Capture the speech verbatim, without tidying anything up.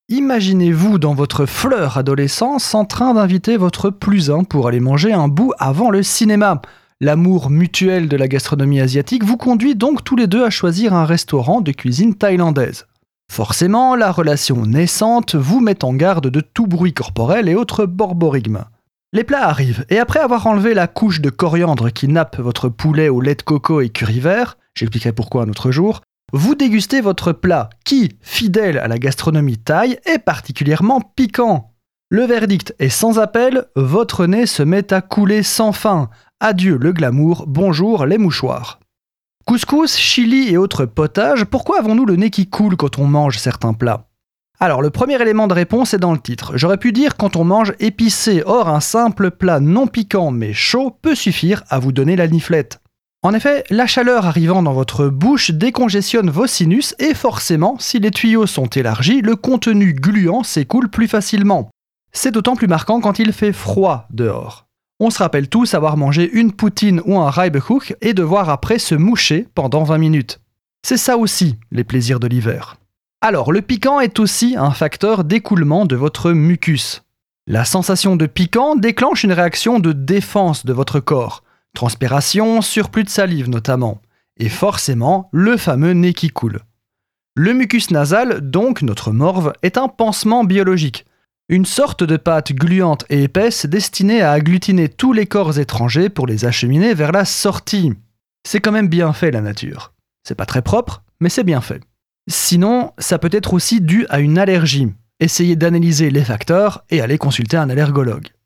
Imaginez-vous dans votre fleur adolescence en train d'inviter votre plus un pour aller manger un bout avant le cinéma. L'amour mutuel de la gastronomie asiatique vous conduit donc tous les deux à choisir un restaurant de cuisine thaïlandaise. Forcément, la relation naissante vous met en garde de tout bruit corporel et autres borborigmes. Les plats arrivent, et après avoir enlevé la couche de coriandre qui nappe votre poulet au lait de coco et curry vert, j'expliquerai pourquoi un autre jour, vous dégustez votre plat qui, fidèle à la gastronomie thaï, est particulièrement piquant. Le verdict est sans appel, votre nez se met à couler sans fin. Adieu le glamour, bonjour les mouchoirs. Couscous, chili et autres potages, pourquoi avons-nous le nez qui coule quand on mange certains plats ? Alors, le premier élément de réponse est dans le titre. J'aurais pu dire quand on mange épicé, or un simple plat non piquant mais chaud peut suffire à vous donner la niflette. En effet, la chaleur arrivant dans votre bouche décongestionne vos sinus et forcément, si les tuyaux sont élargis, le contenu gluant s'écoule plus facilement. C'est d'autant plus marquant quand il fait froid dehors. On se rappelle tous avoir mangé une poutine ou un rijbehoek et devoir après se moucher pendant vingt minutes. C'est ça aussi, les plaisirs de l'hiver. Alors, le piquant est aussi un facteur d'écoulement de votre mucus. La sensation de piquant déclenche une réaction de défense de votre corps. Transpiration, surplus de salive notamment. Et forcément, le fameux nez qui coule. Le mucus nasal, donc notre morve, est un pansement biologique. Une sorte de pâte gluante et épaisse destinée à agglutiner tous les corps étrangers pour les acheminer vers la sortie. C'est quand même bien fait la nature. C'est pas très propre, mais c'est bien fait. Sinon, ça peut être aussi dû à une allergie. Essayez d'analyser les facteurs et allez consulter un allergologue.